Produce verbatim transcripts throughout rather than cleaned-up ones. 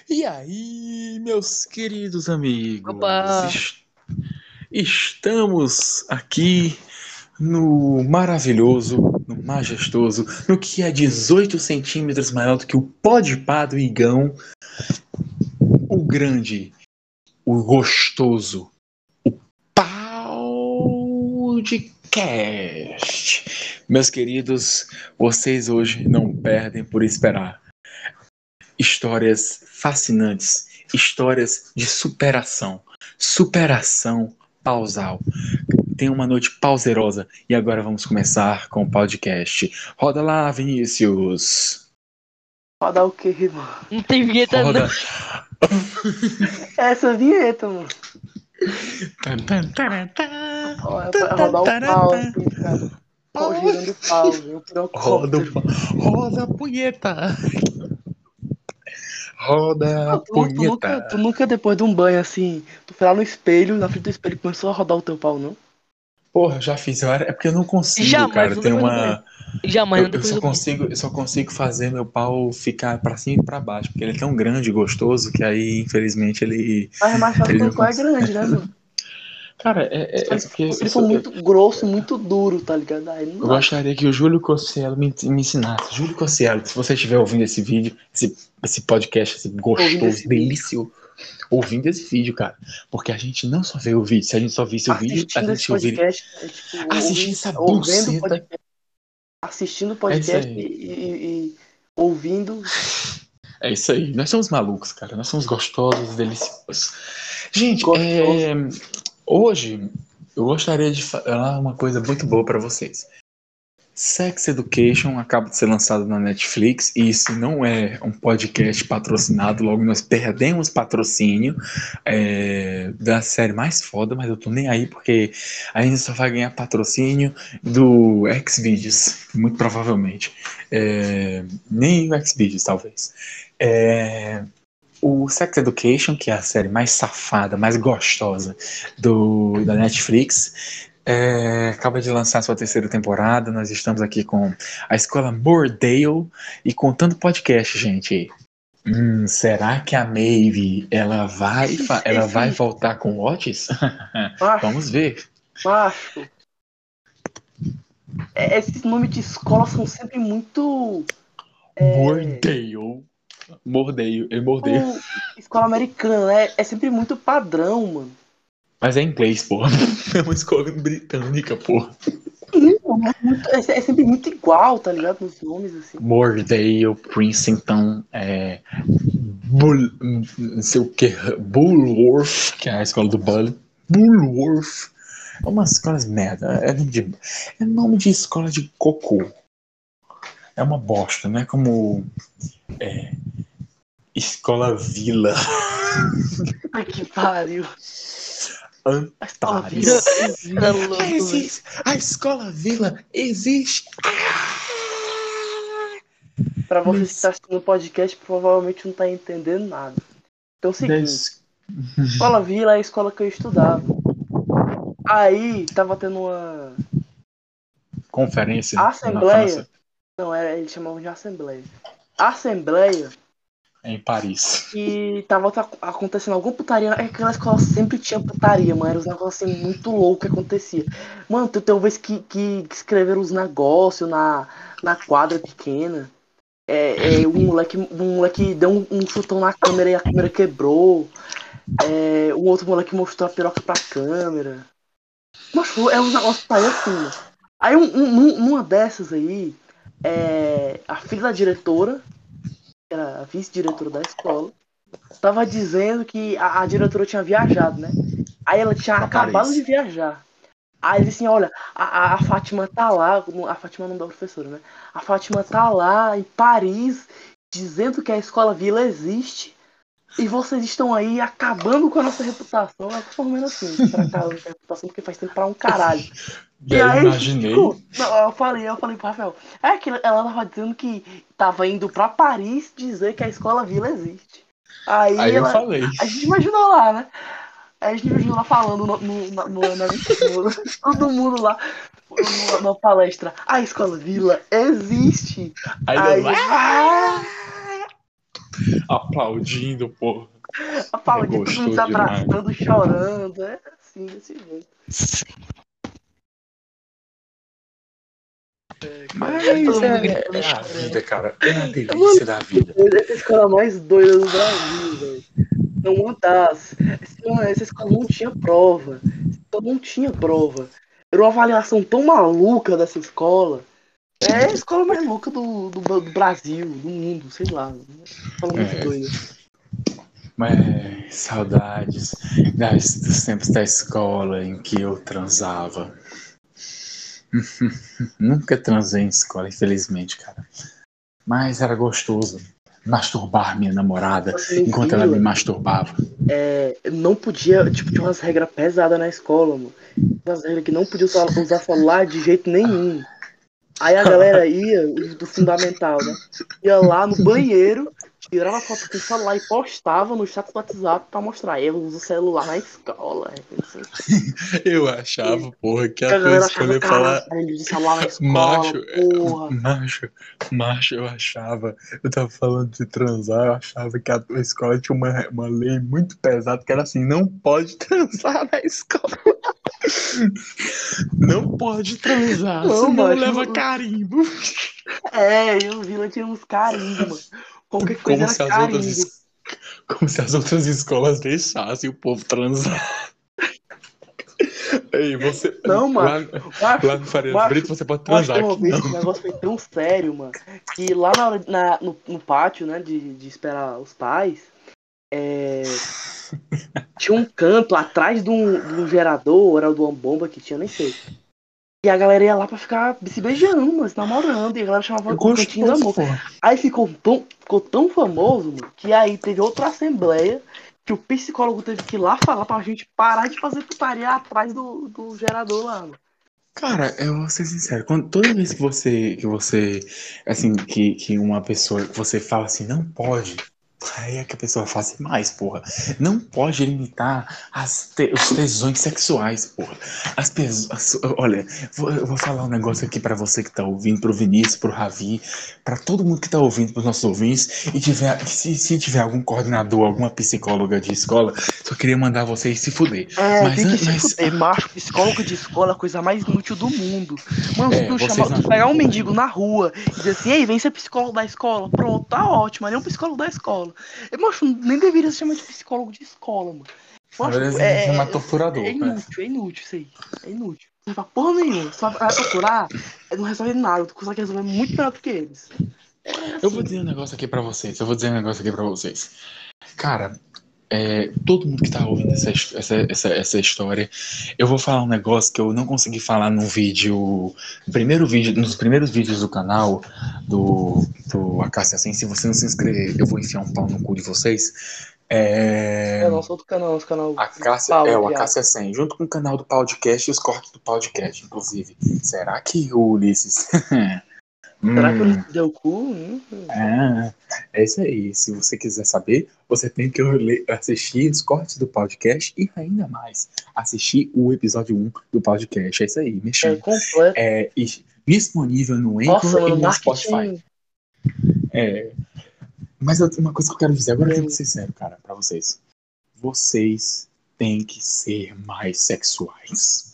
E aí, meus queridos amigos, Opa! est- estamos aqui no maravilhoso, no majestoso, no que é dezoito centímetros maior do que o podpá do Igão, o grande, o gostoso, podcast. Meus queridos, vocês hoje não perdem por esperar. Histórias fascinantes, histórias de superação, superação pausal. Tem uma noite pauserosa e agora vamos começar com o podcast. Roda lá, Vinícius. Roda o quê, irmão? Não tem vinheta não. Roda. Essa vinheta, mano. Tan, tan, taran, tan, Ó, é tan, pra tan, rodar o taran, pau, tan. assim, cara. Pau girando o pau, viu? Roda, o Pirocóptero. pa- roda a punheta. Roda a Tu, tu, tu nunca, tu punheta. nunca, depois de um banho, assim, tu foi lá no espelho, na frente do espelho, e começou a rodar o teu pau, não? Porra, já fiz. Eu era- É porque eu não consigo, Jamais, cara. não Tem depois do banho. uma. Jamais, não Eu, eu depois só do banho. consigo, eu só consigo fazer meu pau ficar pra cima e pra baixo, porque ele é tão grande e gostoso que aí, infelizmente, ele, Mas é mais fácil ele quando não o pau é consegue. grande, né, mano? Cara, é, é, é Se porque eu, se ele for sou- eu- muito grosso, muito duro, tá ligado? Aí não eu dá. gostaria que o Júlio Cossielo me, me ensinasse. Júlio Cossielo, se você estiver ouvindo esse vídeo, esse, esse podcast, esse Ouvindo gostoso, esse vídeo. delicioso, ouvindo esse vídeo, cara. Porque a gente não só vê o vídeo, se a gente só visse o vídeo, a Assistindo esse gente ouviria. podcast, é tipo, Assistindo ouvindo, essa ouvendo o buceta. podcast, assistindo o É isso podcast e, aí. e- e ouvindo. É isso aí. Nós somos malucos, cara. Nós somos gostosos, deliciosos. Gente, Gostoso. é, hoje eu gostaria de falar uma coisa muito boa pra vocês. Sex Education acaba de ser lançado na Netflix e isso não é um podcast patrocinado, logo nós perdemos patrocínio é, da série mais foda, mas eu tô nem aí porque a gente só vai ganhar patrocínio do Xvideos, muito provavelmente. É, nem o Xvideos, talvez. É, o Sex Education, que é a série mais safada, mais gostosa do, da Netflix, é, acaba de lançar sua terceira temporada. Nós estamos aqui com a escola Bordale e contando podcast, gente. Hum, será que a Maeve ela vai, Esse, ela vai esse voltar com o Otis? Vamos macho, ver. macho. É, esses nomes de escola são sempre muito. É, Bordale. Mordeio, eu mordeio. tipo, escola americana, né? É sempre muito padrão, mano. Mas é inglês, porra. É uma escola britânica, porra. Sim, mano, é, muito- é- é sempre muito igual, tá ligado? Nos nomes, assim. Mordale, Princeton, é, Bull, não sei o que, Bullworth, que é a escola do Bully. Bullworth. É umas escolas merda. É nome, de, é nome de escola de cocô. É uma bosta, não é como é, Escola Vila. Ai, que pariu. A escola Vila Antares. existe. Tá louco, velho. Existe. A Escola Vila existe. Pra você que Mas- tá assistindo o podcast, provavelmente não tá entendendo nada. Então é o seguinte, Des- escola Vila é a escola que eu estudava. Aí tava tendo uma Conferência na assembleia. França, Não, era, eles chamavam de assembleia. Assembleia em Paris. e tava tá acontecendo alguma putaria. É que aquela escola sempre tinha putaria, mano. Era uns negócios assim, muito loucos que acontecia. Mano, tu tem uma vez que, que, que escreveram os negócios na, na quadra pequena. É, é, um, moleque, um moleque deu um, um chutão na câmera e a câmera quebrou. É, um outro moleque mostrou a piroca pra câmera. Mas foi- é um negócio que saiu assim, mano. Aí um, um, numa dessas aí, é, a filha da diretora, que era a vice-diretora da escola, tava dizendo que a, a diretora tinha viajado, né? Aí ela tinha Pra acabado Paris. de viajar. Aí ele assim, olha, a, a- a Fátima tá lá, a Fátima não da professora, né? A Fátima tá lá em Paris, dizendo que a escola Vila existe. E vocês estão aí acabando com a nossa reputação. Ela tá formando assim, acabando com a reputação, porque faz tempo pra um caralho. E Já aí, imaginei. tipo, não, eu falei, eu falei pro Rafael, é que ela tava dizendo que tava indo pra Paris dizer que a escola Vila existe. Aí, Aí eu ela, falei. a gente imaginou lá, né? Aí a gente imaginou lá falando no, no, na, no, na, no, todo mundo lá numa, numa palestra. A escola Vila existe. Aí, Aí, eu, ah! Aplaudindo, porra. É Aplaudindo, todo mundo se gostoso demais. abraçando, chorando. É assim, desse jeito. É, cara. É Mas todo mundo é, gritando é e a chorando. vida, cara. É a Mano, delícia da vida. essa escola mais doida do Brasil, velho. Não uma das. Mano, essa escola não tinha prova. Essa escola não tinha prova. Era uma avaliação tão maluca dessa escola. É a escola mais louca do, do, do Brasil, do mundo, sei lá. Escola muito É, doida. mas saudades das, dos tempos da escola em que eu transava. Nunca transei em escola, infelizmente, cara. Mas era gostoso masturbar minha namorada Assim, no enquanto ela me Vila, masturbava. é, não podia, tipo, tinha umas regras pesadas na escola, mano. Umas regras que não podia usar, usar celular de jeito nenhum. Aí a galera ia, os do fundamental, né? Ia lá no banheiro, tirava foto com o celular e postava no chat do WhatsApp pra mostrar. Eu uso o celular na escola. Não sei o Eu quê. achava, porra, que A a tua galera achava, escolha ia caralho, falar ele usa o celular na escola, macho, é, porra. macho, macho, eu achava, eu tava falando de transar, eu achava que a tua escola tinha uma, uma lei muito pesada, que era assim, não pode transar na escola. Não pode transar, Não, senão macho. leva carimbo. É, e o Vila tinha uns carimbos, mano. Qualquer coisa Como era se as outras, carimbo. es- como se as outras escolas deixassem o povo transar. Ei, você, Não, lá, macho. Macho, lá no Farias Brito macho. você pode Macho, transar, tem uma aqui vez não. que o negócio foi tão sério, mano, que lá na hora, na, no, no pátio, né, de, de esperar os pais, é, tinha um canto atrás de um, de um gerador, era de uma bomba que tinha, nem sei. E a galera ia lá pra ficar se beijando, mano, se namorando, e a galera chamava É o cantinho do gostoso, amor. pô. Aí ficou tão, ficou tão famoso, mano, que aí teve outra assembleia que o psicólogo teve que ir lá falar pra gente parar de fazer putaria atrás do, do gerador lá, mano. Cara, eu vou ser sincero, quando, toda vez que você, que você, assim, que, que uma pessoa, que você fala assim, não pode, aí é que a pessoa fala assim, mais, porra, não pode limitar as te- os tesões sexuais, porra. As pessoas, olha, vou- eu vou falar um negócio aqui pra você que tá ouvindo, pro Vinícius, pro Ravi, pra todo mundo que tá ouvindo, pros nossos ouvintes, e tiver, se, se tiver algum coordenador, alguma psicóloga de escola, só queria mandar vocês se fuder. É, Mas, tem que an- se mas, fuder, macho, psicólogo de escola é a coisa mais inútil do mundo. Mano, se é, tu vocês chamar, não. tu pegar um mendigo na rua e dizer assim, ei, vem ser psicólogo da escola, pronto, tá ótimo, ele é um psicólogo da escola. Eu, macho, nem deveria se chamar de psicólogo de escola, mano. Macho, Eles devem chamar é, é, é torturador, né? inútil, é inútil isso aí. É inútil. Não faz porra nenhuma. Só vai torturar, não resolve nada, tu consegue resolver muito melhor do que eles. É Eu vou assim. dizer um negócio aqui pra vocês. Eu vou dizer um negócio aqui pra vocês. Cara, é, todo mundo que tá ouvindo essa, essa, essa, essa história, eu vou falar um negócio que eu não consegui falar no vídeo, no primeiro vídeo, nos primeiros vídeos do canal do, do Acácia Assim. Se você não se inscrever, eu vou enfiar um pau no cu de vocês. É, É, não, sou do canal, nosso canal a Cássia, principal, é, o entre Acácia aspas. cem, junto com o canal do podcast e os cortes do podcast, inclusive. Será que o Ulisses. Será que hum, ele deu cu? Hum, hum. Ah, é isso aí. Se você quiser saber, você tem que ler- assistir os cortes do podcast e ainda mais assistir o episódio um do podcast. É isso aí, É mexendo. completo. É e- disponível no Nossa, Anchor e mano, no Spotify. marketing. É, mas eu- uma coisa que eu quero dizer agora, eu tenho que Hum. ser sério, cara, pra vocês. Vocês têm que ser mais sexuais.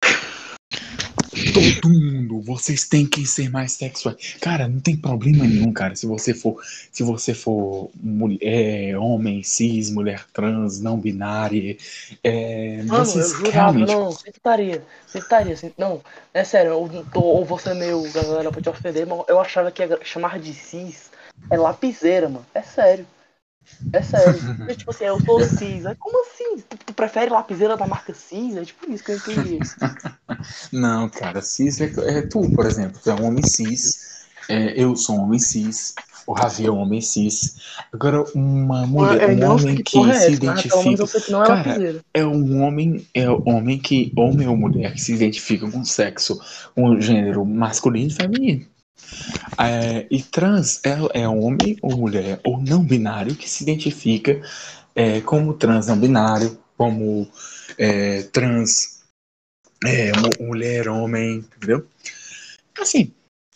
Todo mundo, vocês têm que ser mais sexuais. Cara, não tem problema nenhum, cara. Se você for, se você for mulher, homem, cis, mulher trans, não binária, é, Mano, eu vocês jurava, realmente. não, sem putaria, sem putaria, sem, não, é sério, eu não tô, ou você meio, galera, pra te ofender, mas eu achava que ia chamar de cis é lapiseira, mano, é sério, é sério. É tipo assim, eu sou cis, é como assim? Tu, tu prefere lapiseira da marca cis? É tipo isso que eu entendi. Não, cara, cis é, é tu, por exemplo, tu é um homem cis, é, eu sou um homem cis, o Ravi é um homem cis. Agora, uma Mano, mulher, eu um ainda não sei homem que porra que é se essa, mas pelo menos eu identifica. sei que não é Cara, lapiseira. é um homem, é um homem que, homem ou mulher, que se identifica com sexo, com o gênero masculino e feminino. É, e trans é, é homem ou mulher, ou não binário, que se identifica é, como trans não binário, como é, trans é, mu- mulher, homem, entendeu? Assim,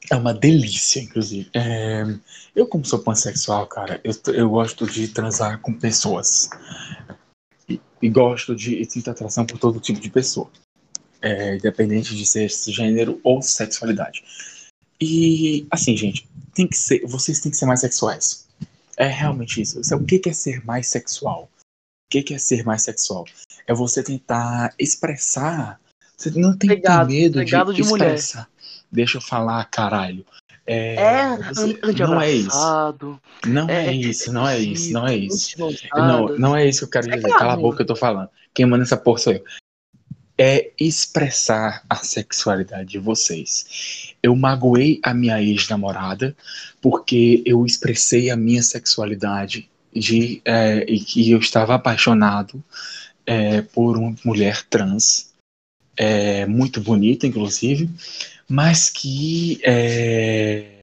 É uma delícia, inclusive. É, eu, como sou pansexual, cara, eu, eu gosto de transar com pessoas. E, e gosto de sinto atração por todo tipo de pessoa. É, independente de ser gênero ou sexualidade. E, assim, gente, tem que ser, vocês têm que ser mais sexuais. É realmente isso. O que é ser mais sexual? O que é ser mais sexual? É você tentar expressar. Você não tem que ter Pegado, medo de pegado de mulher. expressar. Deixa eu falar, caralho. É É, você, ande não é isso. abraçado, Não é é, é, é isso, não é isso, não é físico, isso. de mãos Não, dadas. não é isso que eu quero Isso é dizer. Cala a boca casinho. que eu tô falando. Quem manda essa porra sou eu. É expressar a sexualidade de vocês. Eu magoei a minha ex-namorada porque eu expressei a minha sexualidade de, é, e que eu estava apaixonado é, por uma mulher trans, é, muito bonita, inclusive, mas que, é,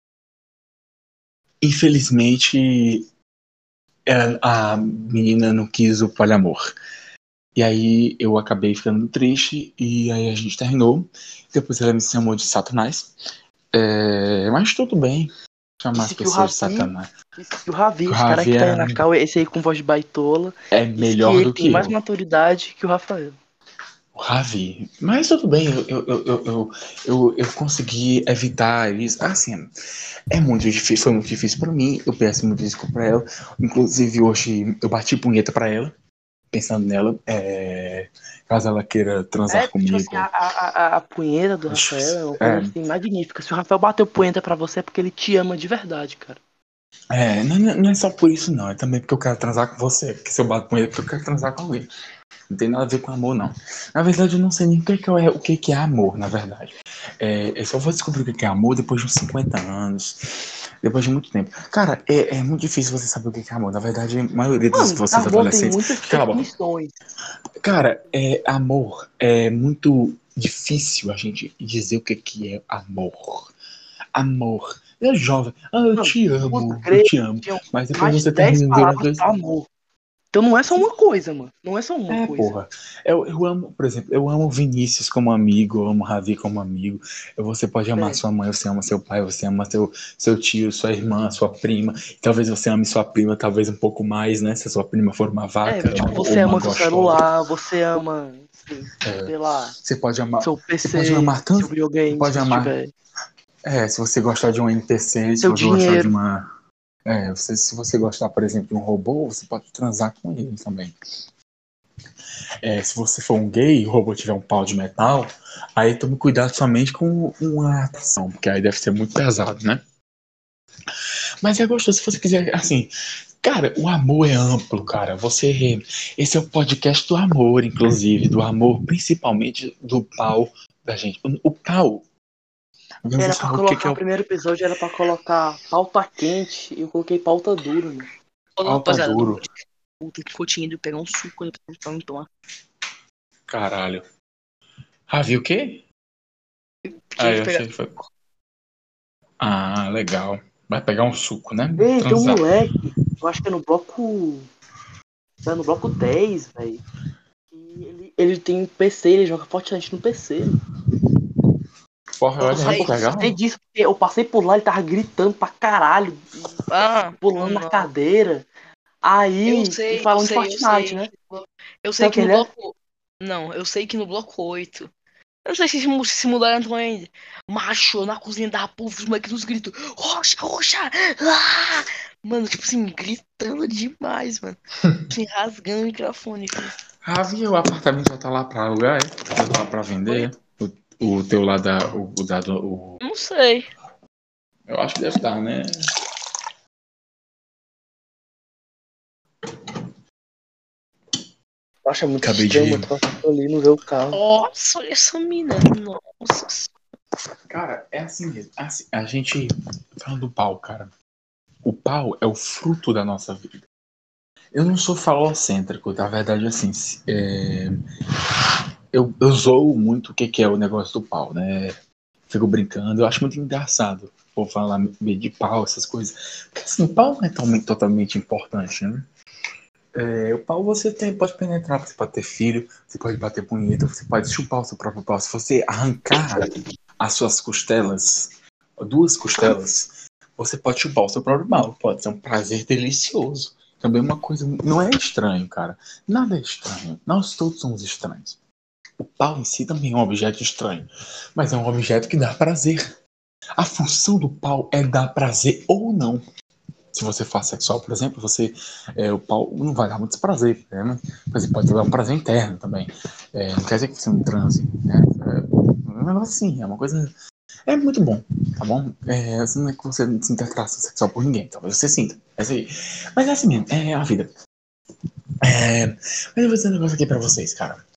infelizmente, ela- a menina não quis o poliamor. E aí eu acabei ficando triste e aí a gente terminou. Depois ela me chamou de Satanás. É, mas tudo bem chamar as Disse que o pessoas de Ravi, Satanás. disse que o Ravi, O esse cara Ravi que tá é, aí na cal, esse aí com voz de baitola, é disse que melhor ele do tem que mais eu. maturidade que o Rafael. O Ravi. Mas tudo bem, eu, eu, eu, eu, eu, eu, eu consegui evitar isso. Assim, é muito difícil, foi muito difícil pra mim. Eu peço muito desculpa pra ela. Inclusive, hoje eu bati punheta pra ela, pensando nela. É, caso ela queira É, transar porque, tipo assim, a, comigo. a, a, a punheta do Rafael é uma coisa É, assim magnífica. Se o Rafael bateu punheta pra você é porque ele te ama de verdade, cara. É, não, não não é só por isso, não. É também porque eu quero transar com você. Porque se eu bato com ele, é porque eu quero transar com alguém. Não tem nada a ver com amor, não. Na verdade, eu não sei nem o que, que, é, o que, que é amor, na verdade. É, eu só vou descobrir o que, que é amor depois de uns cinquenta anos. Depois de muito tempo. Cara, é, é muito difícil você saber o que, que é amor. Na verdade, a maioria dos Mano, vocês amor tem adolescentes. muitas Cala a boca. definições. Cara, é, amor é muito difícil a gente dizer o que, que é amor. Amor. É jovem. Ah, eu Mano, te os amo, eu gregos te amo. tinham Mas depois mais de você dez termina vendo as palavras coisas. pra amor. Então não é só uma coisa, mano. Não é só uma É, coisa. porra. Eu, eu amo, por exemplo, eu amo Vinícius como amigo, eu amo Ravi como amigo. Você pode amar É, sua mãe, você ama seu pai, você ama seu, seu tio, sua irmã, sua prima. Talvez você ame sua prima, talvez um pouco mais, né? Se a sua prima for uma é, vaca tipo, ou você uma ama seu gostosa. celular, você ama, sei, sei lá, Você pode amar. seu Você pode P C, amar seu tanto. Você videogame, se pode você amar. tiver, É, se você gostar de um N P C, se seu você gostar de dinheiro. uma. É, você, se você gostar, por exemplo, de um robô, você pode transar com ele também. É, se você for um gay e o robô tiver um pau de metal, aí tome cuidado somente com uma atração, porque aí deve ser muito pesado, né? Mas é gostoso se você quiser, assim. Cara, o amor é amplo, cara. Você. Esse é o podcast do amor, inclusive, do amor, principalmente do pau da gente. O, o pau. Eu vou Era pra falar o que, que colocar é o o primeiro episódio, era pra colocar pauta quente e eu coloquei pauta dura, mano. Falou, pau tá rapaziada, do duro. podcast. Puta que ficou tinha de pegar um suco depois pra me tomar. Caralho. Ah, viu o quê? Ah, Fiquei de eu pegar. achei que foi. Ah, legal. Vai pegar um suco, né? Ei, tem um Transar. moleque, eu acho que é no bloco. É no bloco dez, velho. Ele, ele tem um P C, ele joga Fortnite no P C, mano. Porra, Eu, olha aí, sabe, que eu só sei legal. disso porque eu passei por lá, ele tava gritando pra caralho, e Ah, pulando na não. cadeira. Eu Aí, e sei, eu falando de sei, eu Fortnite, sei. né? Eu sei Sabe que quem no ele é? bloco. Não, eu sei que no bloco oito. Eu não sei se se mu- se mudaram também ainda. Macho, na cozinha da porra, os moleques nos gritos. Roxa, roxa! Ah! Mano, tipo assim, gritando demais, mano. Tipo assim, rasgando o microfone, filho. Ravi, o apartamento já tá lá pra alugar, é? Já tá lá pra Oi? vender. O, o teu lá da. O, o da do- o- Não sei. eu acho que deve estar, né? Eu acho muito Acabei estranho, de. mano, tu passar ali e não ver o carro. Nossa, olha essa mina. Nossa. Cara, é assim mesmo. Assim, a gente. Falando do pau, cara. O pau é o fruto da nossa vida. Eu não sou falocêntrico, na verdade, assim. É, eu, eu zoo muito o que, que é o negócio do pau, né? Fico brincando, eu acho muito engraçado. Vou falar de pau, essas coisas. Porque assim, o pau não é totalmente, totalmente importante, né? É, o pau você tem, pode penetrar, você pode ter filho, você pode bater punheta, você pode chupar o seu próprio pau. Se você arrancar as suas costelas, duas costelas, você pode chupar o seu próprio mal. Pode ser um prazer delicioso. Também uma coisa. Não é estranho, cara. Nada é estranho. Nós todos somos estranhos. O pau em si também é um objeto estranho. Mas é um objeto que dá prazer. A função do pau é dar prazer ou não. Se você for sexual, por exemplo, você, é, o pau não vai dar muito prazer, né? Mas ele pode dar um prazer interno também. É, não quer dizer que você não transe, né? É um negócio assim, é uma coisa. É muito bom, tá bom? É, assim, não é que você não sinta atração sexual por ninguém, talvez você sinta. É isso aí. Mas é assim mesmo, é a vida. É, mas eu vou dizer um negócio aqui pra vocês, cara.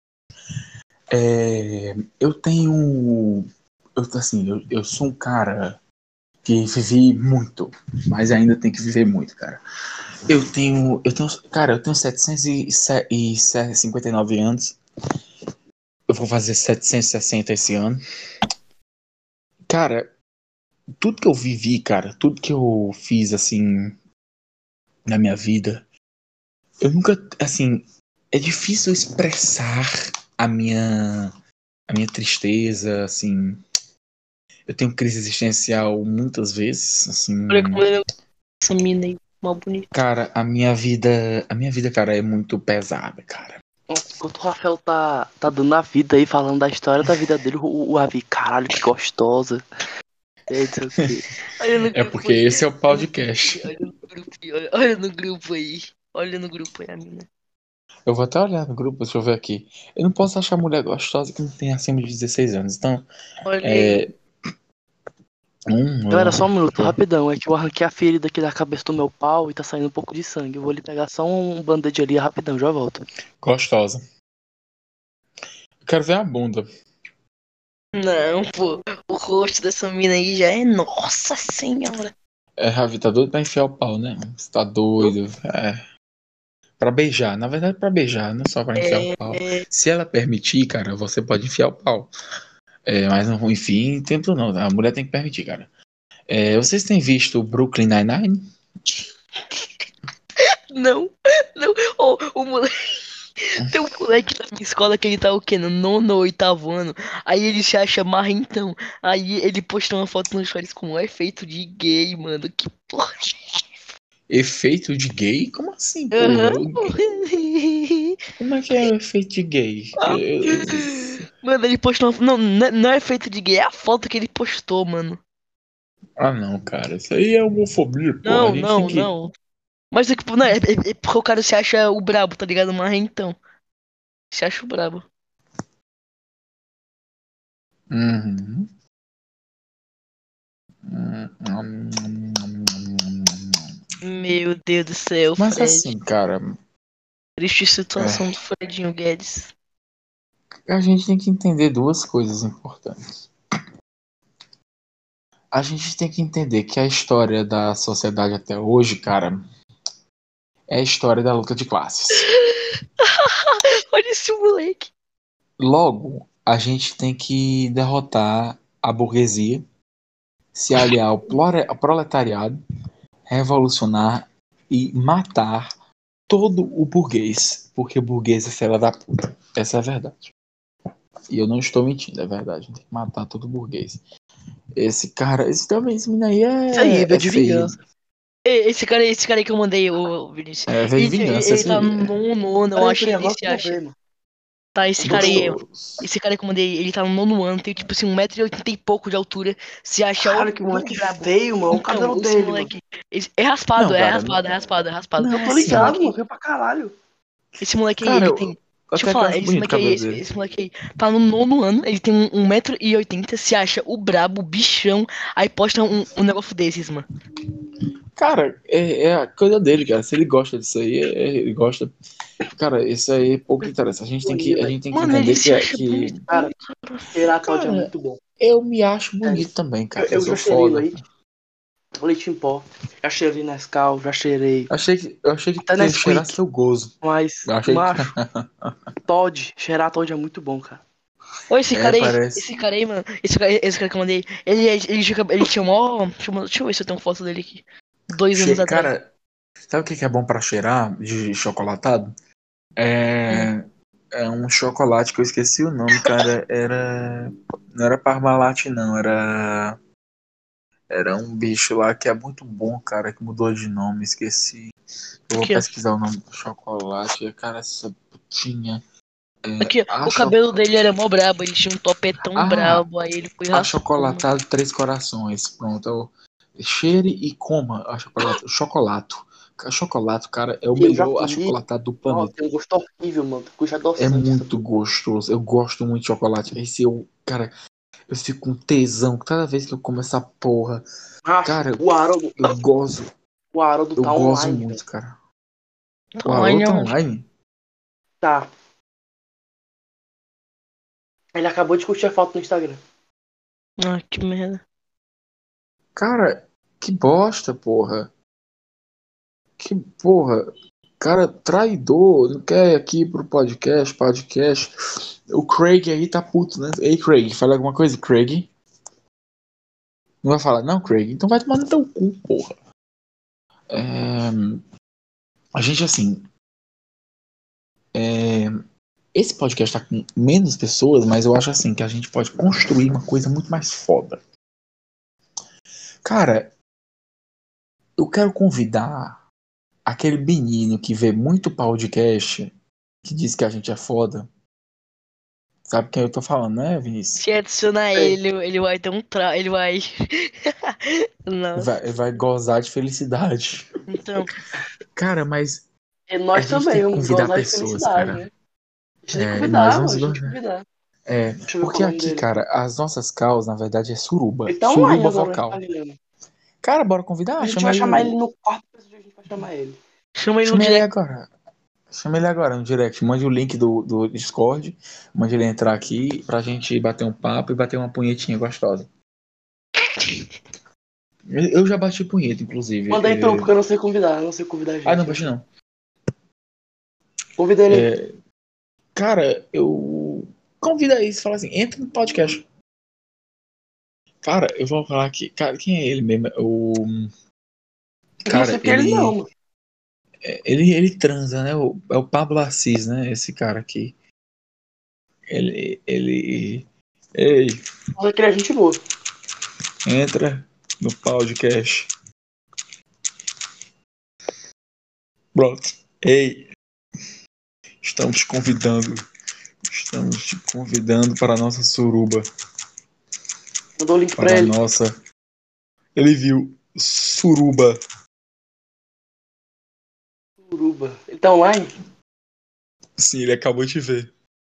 É, eu tenho. Eu, assim, eu, eu sou um cara que vivi muito, mas ainda tem que viver muito, cara. Eu tenho, eu tenho, cara, eu tenho setecentos e cinquenta e nove anos. Eu vou fazer setecentos e sessenta esse ano. Cara, tudo que eu vivi, cara, tudo que eu fiz, assim, na minha vida, eu nunca, assim, é difícil expressar a minha, a minha tristeza, assim. Eu tenho crise existencial muitas vezes, assim. Olha como eu essa mina aí, mó bonita. Cara, a minha vida, a minha vida, cara, é muito pesada, cara. Enquanto o Rafael tá, tá dando a vida aí, falando da história da vida dele, o, o Avi, caralho, que gostosa. É, não sei o quê. Olha no É grupo porque aí. esse é o Olha no podcast. grupo aí, olha no grupo aí, olha, olha no grupo aí. Olha no grupo aí, a mina. Eu vou até olhar no grupo, deixa eu ver aqui. Eu não posso achar mulher gostosa que não tem acima de dezesseis anos. Então, Olha aí. é. Hum, Galera, só um eu- minuto, rapidão. É que eu arranquei a ferida aqui da cabeça do meu pau e tá saindo um pouco de sangue. Eu vou ali pegar só um band-aid ali rapidão, já volto. Gostosa. Eu quero ver a bunda. Não, pô. O rosto dessa mina aí já é. Nossa senhora. É, Ravi, tá doido pra enfiar o pau, né? Você tá doido. É. Pra beijar. Na verdade, pra beijar, não só pra enfiar o É. pau. Se ela permitir, cara, você pode enfiar o pau. É, mas não enfim, em tempo não. A mulher tem que permitir, cara. É, vocês têm visto o Brooklyn Nine-Nine? Não, não. Oh, o moleque. Tem um moleque da minha escola que ele tá o quê? No nono ou oitavo ano. Aí ele se acha marrentão. Aí ele postou uma foto nos stories com um efeito de gay, mano. Que porra. Efeito de gay? Como assim, porra? Aham. Como é que é o efeito de gay? Eu- eu- Mano, ele postou uma... Não, não é não é efeito de gay, é a foto que ele postou, mano. Ah, não, cara. Isso aí é homofobia, porra. A Não, gente tem não, que. não. Mas é que, não, é, é, é porque o cara se acha o brabo, tá ligado? Marrentão. Se acha o brabo. Uhum. Meu Deus do céu, Mas Fred. assim, cara, Triste situação do é, Fredinho Guedes. a gente tem que entender duas coisas importantes. A gente tem que entender que a história da sociedade até hoje, cara, é a história da luta de classes. Olha esse moleque. Logo, a gente tem que derrotar a burguesia, se aliar ao plore- ao proletariado, revolucionar e matar todo o burguês, porque o burguês é fela da puta. Essa é a verdade. E eu não estou mentindo, é verdade. Tem que matar todo burguês. Esse cara, esse também, esse menino aí Isso aí, é, veio é de feio. vingança. Ê, Esse cara, esse cara aí que eu mandei, o Vinícius. É, veio de Ele, ele, vingança. ele tá Esse... no nono ano, eu Peraí, acho que peraí, ele agora se que eu vou acha. ver, mano. Tá, esse cara aí, Gostoso. esse cara que eu mandei, ele tá no nono ano, tem tipo assim, um metro e oitenta e pouco de altura, se acha o, Caralho, que o moleque brabo. feio, mano. O cabelo Então, esse dele, mano. moleque, esse- é raspado, Não, é cara, raspado, é não, raspado, é raspado. Eu não tô Esse assim. ligado, moleque mano. aí, Feio pra caralho. esse moleque aí, Cara, ele eu tem. Deixa eu até que eu falar, acho esse bonito o moleque aí, cabelo esse, dele. esse moleque aí, tá no nono ano, ele tem um, um metro e oitenta, se acha o brabo, o bichão, aí posta um, um negócio desses, mano. Cara, é, é a coisa dele, cara. Se ele gosta disso aí, é- é- ele gosta. Cara, isso aí pouco interessa. A gente tem que, a gente tem que Mano, ele entender que, se é- acha que... bonitão, Cara, cara. cheirar Todd é Cara, muito bom. eu me acho Sério. bonito também, Eu, cara. Eu eu sou já cheirei foda. leite, leite em pó. Já cheirei Nescau, já cheirei. Achei que, eu achei que Até tu ia cheirar Nesquik. seu gozo. Mas, Eu achei que. macho, Todd, cheirar Todd é muito bom, cara. Ô, esse É, cara aí, parece. esse cara aí, mano, esse cara, esse cara que eu mandei, ele, é- ele, fica- ele tinha mó. Deixa eu, deixa eu ver se eu tenho foto dele aqui. Dois anos Che... atrás. Cara, sabe o que que é bom pra cheirar de chocolatado? Hum. É. É um chocolate que eu esqueci o nome, cara. Era. Não era Parmalat, não. Era. Era um bicho lá que é muito bom, cara, que mudou de nome, esqueci. Eu vou Aqui, ó. pesquisar o nome do chocolate. Cara, essa putinha. É, Aqui, ó. O cho... cabelo dele era mó brabo, ele tinha um topetão Ah, brabo, aí ele foi raspando. achocolatado Três Corações. Pronto. É o... Cheire e coma achocolate. Chocolato. Chocolate, cara, é o Eu já melhor comi. achocolatado do Nossa, planeta. tem um gosto horrível, mano. Gosto É adoçante essa muito porra. gostoso. Eu gosto muito de chocolate. Esse eu, cara, eu fico com tesão cada vez que eu como essa porra. Acho, Cara, o Haroldo, eu gosto, o Haroldo eu tá gosto online, velho. muito, cara. O Alô Online, tá onde? online? Tá. Ele acabou de curtir a foto no Instagram. Ah, que merda. Cara, que bosta, porra. Que porra. Cara, traidor. Não quer ir aqui pro podcast, podcast. O Craig aí tá puto, né? Ei, Craig, fala alguma coisa, Craig? Não vai falar, não, Craig? Então vai tomar no teu cu, porra. É... A gente, assim. É... Esse podcast tá com menos pessoas, mas eu acho, assim, que a gente pode construir uma coisa muito mais foda. Cara, eu quero convidar aquele menino que vê muito podcast, que diz que a gente é foda. Sabe quem eu tô falando, né, Vinícius? Se adicionar Sei. ele, ele, ele vai ter um tra... Ele vai. Nossa. Vai, vai gozar de felicidade. Então, Cara, mas E a nós gente também tem que vamos convidar gozar de pessoas, felicidade, cara. né? A gente tem que É, nós convidar, mano. vamos A gente tem que gozar. convidar. É, Deixa eu ver porque qual é o nome aqui, dele. cara, as nossas causas, na verdade, é suruba. Ele tá online Suruba agora no vocal. Instagram. Cara, bora convidar? A gente Chama vai aí chamar ele o. no quarto episódio, a gente vai chamar ele. chama ele no Chama ele direct. agora. Chama ele agora no direct. Mande o link do, do Discord. Mande ele entrar aqui pra gente bater um papo e bater uma punhetinha gostosa. Eu eu já bati punheta, inclusive. Manda aí tu, É... porque eu não sei convidar, eu não sei convidar a gente. Ah, não, não bati sei. não. Convida ele aí. É... Cara, eu. Convida aí, você fala assim, entra no podcast. Cara, eu vou falar aqui. Cara, quem é ele mesmo? O. Eu não Cara, sei quem é ele não, ele. mano. Ele, ele transa, né? O- É o Pablo Assis, né? Esse cara aqui. Ele. Ele. Ei, Mas que ele é gente boa. entra no podcast. Pronto. Ei, estamos te convidando. Estamos te convidando para a nossa suruba. Mandou o link pra Para a ele. nossa. Ele viu suruba. Uruba. Ele tá online? Sim, ele acabou de ver.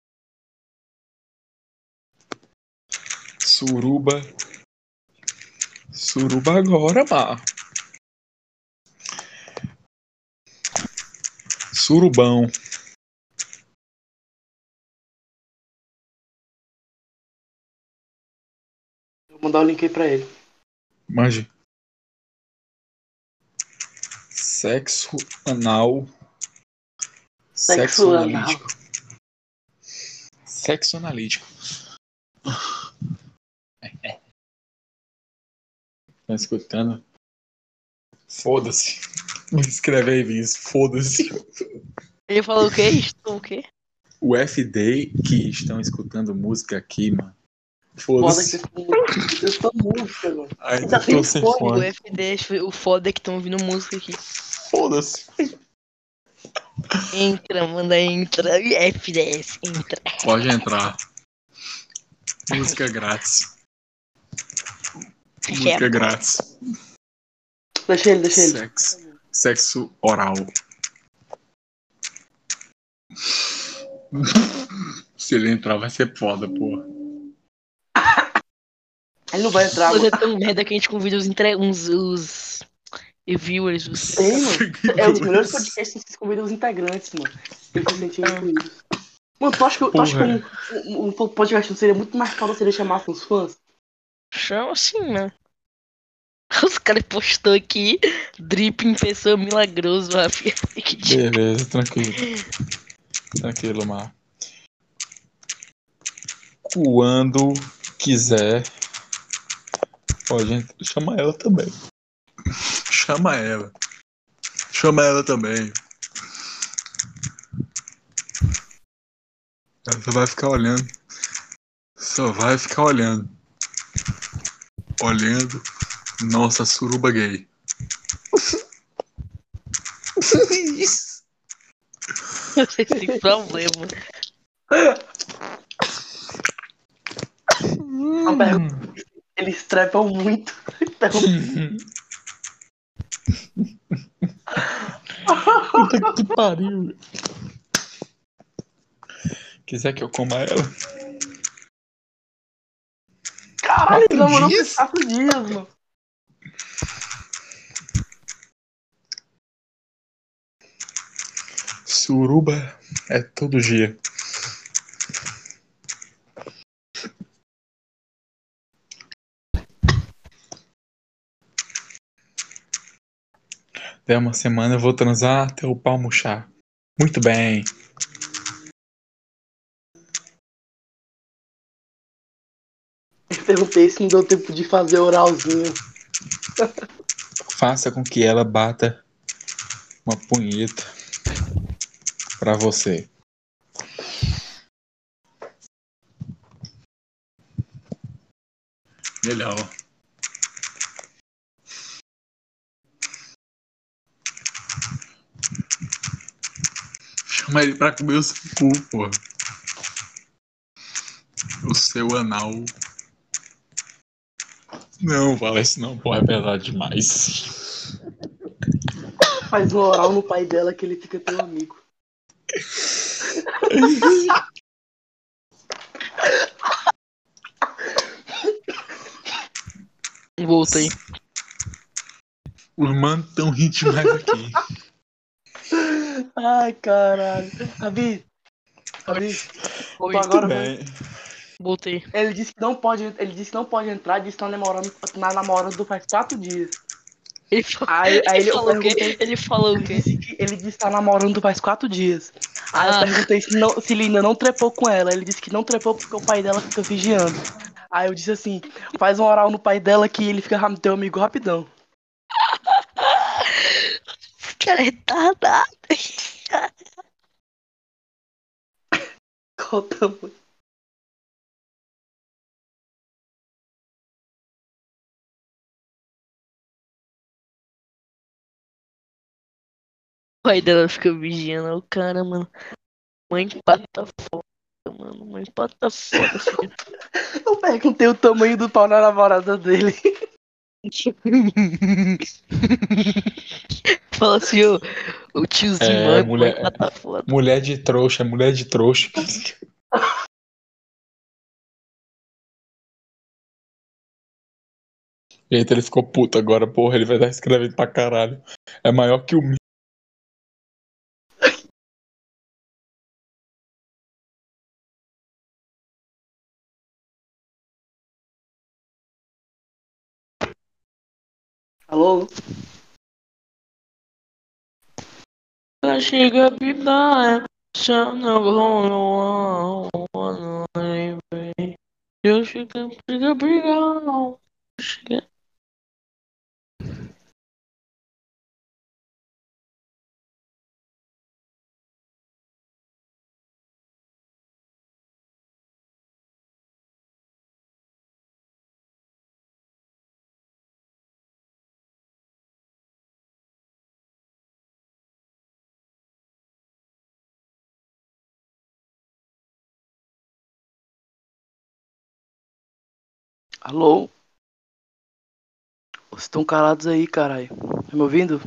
Suruba. Suruba agora, pá. Surubão. Vou mandar o link aí pra ele. Manje. Sexo anal. Sexo Sexo anal. analítico. Sexo analítico. Tá escutando? Foda-se. Me escreve aí, Vinícius. Foda-se. Ele falou o quê? Estou o quê? O F D que estão escutando música aqui, mano. Foda que Foda-se. vocês estão música, mano. Ainda Ainda tem tô sem fone. O fone. F dez, o foda é que estão ouvindo música aqui. Foda-se. Entra, manda, entra. F dez, entra. Pode entrar. Música grátis. Música grátis. Deixa ele, deixa ele. Sexo. Sexo oral. Se ele entrar, vai ser foda, porra. Ele não vai entrar, Mas mano. é tão merda que a gente convida os, entre... uns, os viewers. Os... Tem, mano. É um dos melhores podcasts que vocês convidam os integrantes, mano. Eles se sentem incluídos. Mano, tu acha que, tu acha que um, um, um podcast não seria muito mais foda se ele chamasse uns fãs? Chama assim, né? Os caras postou aqui, drip em pessoa milagroso, Rafinha. Beleza, tranquilo. Tranquilo, Mar. Quando quiser, pode chamar ela também. Chama ela. Chama ela também. Ela só vai ficar olhando. Só vai ficar olhando. Olhando Nossa, suruba gay. Isso. Vocês têm problema. Uma pergunta. Eles trepam muito. Então, Puta que pariu. Quiser que eu coma ela? caralho, eles Quatro namoram por dias? quatro dias, mano. Suruba é todo dia. Até uma semana eu vou transar até o pau murchar. Muito bem. Eu perguntei se não deu tempo de fazer oralzinho. Faça com que ela bata uma punheta pra você. Melhor. Chama ele pra comer o seu cu, porra. O seu anal. Não, fala isso não, porra, é pesado demais. Faz um oral no pai dela que ele fica teu amigo. Voltei. Os manos tão rindo demais aqui. Ai, caralho. Rabi, Rabi, Oi, tô agora Muito vendo. bem. voltei. Ele disse que não pode, ele disse que não pode entrar, disse que tá namorando, na namorando faz quatro dias. Ele, fa- Aí, aí ele ele- eu falou o quê? perguntei, Ele falou o ele quê? disse que ele disse que tá namorando faz quatro dias. Aí eu Ah, perguntei se, não, se ele ainda não trepou com ela. Ele disse que não trepou porque o pai dela fica vigiando. Aí eu disse assim, faz um oral no pai dela que ele fica ra- teu amigo rapidão. cara é retardado. Qual o tamanho? O pai dela fica vigiando o cara, mano. Mãe pata foda, mano. Mãe pata foda, filho. Eu perguntei o tamanho do pau na namorada dele. Fala assim, ô, o tiozinho, É, mãe, mãe mulher, pata foda. mulher de trouxa, mulher de trouxa. Eita, ele ficou puto agora, porra, ele vai estar escrevendo pra caralho. É maior que o meu. Alô? Chega a pitar, não rolou, não lembrei. Eu chego, chega a brigar. Chega. Alô? Vocês estão calados aí, caralho. Tá me ouvindo?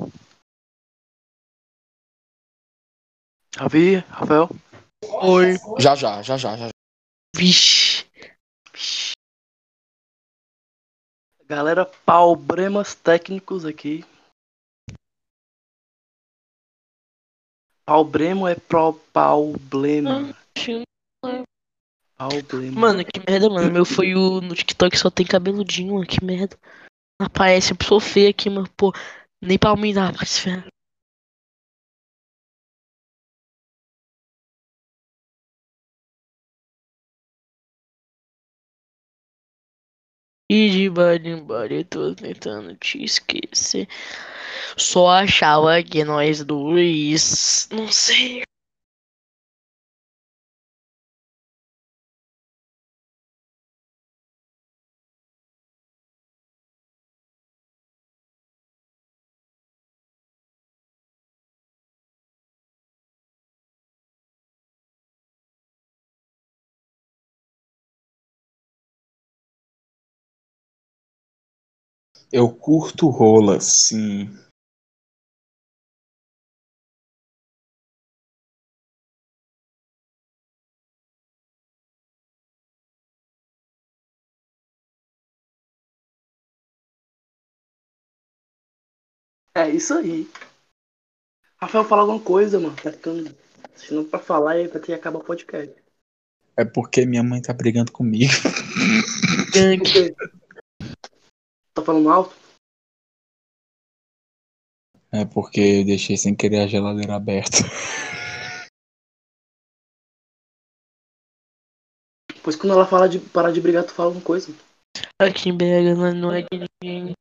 Ravi? Rafael? Oi. Já, já, já, já, já. Vixe. Galera, problemas técnicos aqui. Problema é pro problema. Problema. Mano, que merda, mano. Meu foi o no TikTok só tem cabeludinho, mano. Que merda. Aparece a pessoa feia aqui, mano. Pô, nem pra mim dá, mas ferro. E de body em body, tô tentando te esquecer. Só achava que nós dois. Não sei. Eu curto rolas, sim. É isso aí. Rafael, fala alguma coisa, mano. Tá ficando. Se não pra falar, aí vai ter que acabar o podcast. É porque minha mãe tá brigando comigo. Por quê? Tá falando alto? É porque eu deixei sem querer a geladeira aberta. Pois quando ela fala de parar de brigar, tu fala alguma coisa. Aqui em B H não não é de ninguém.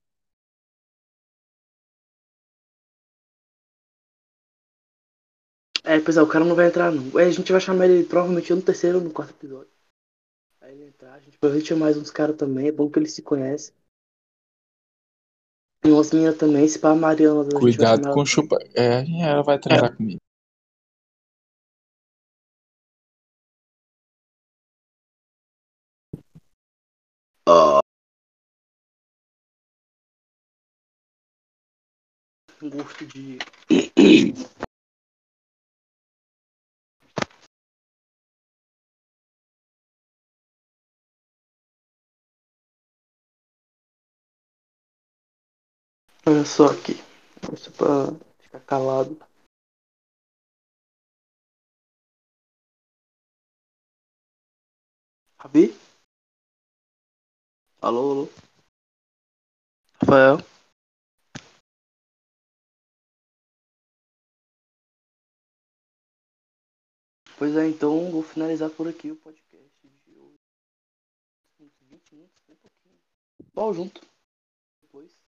É, pois é, o cara não vai entrar, não. É, a gente vai chamar ele provavelmente no terceiro ou no quarto episódio. Aí ele entrar, a gente vai chamar mais uns caras também. É bom que eles se conhecem. Tem umas meninas também. Se pá, a Mariana, a gente vai Cuidado chamar ela com também. chupa. É, ela vai transar comigo. Um gosto de. Olha só aqui. Isso pra ficar calado. Rabi? Alô, alô? Rafael? Pois é, então vou finalizar por aqui o podcast de hoje. vinte minutos, bem pouquinho. Bom, junto. Depois.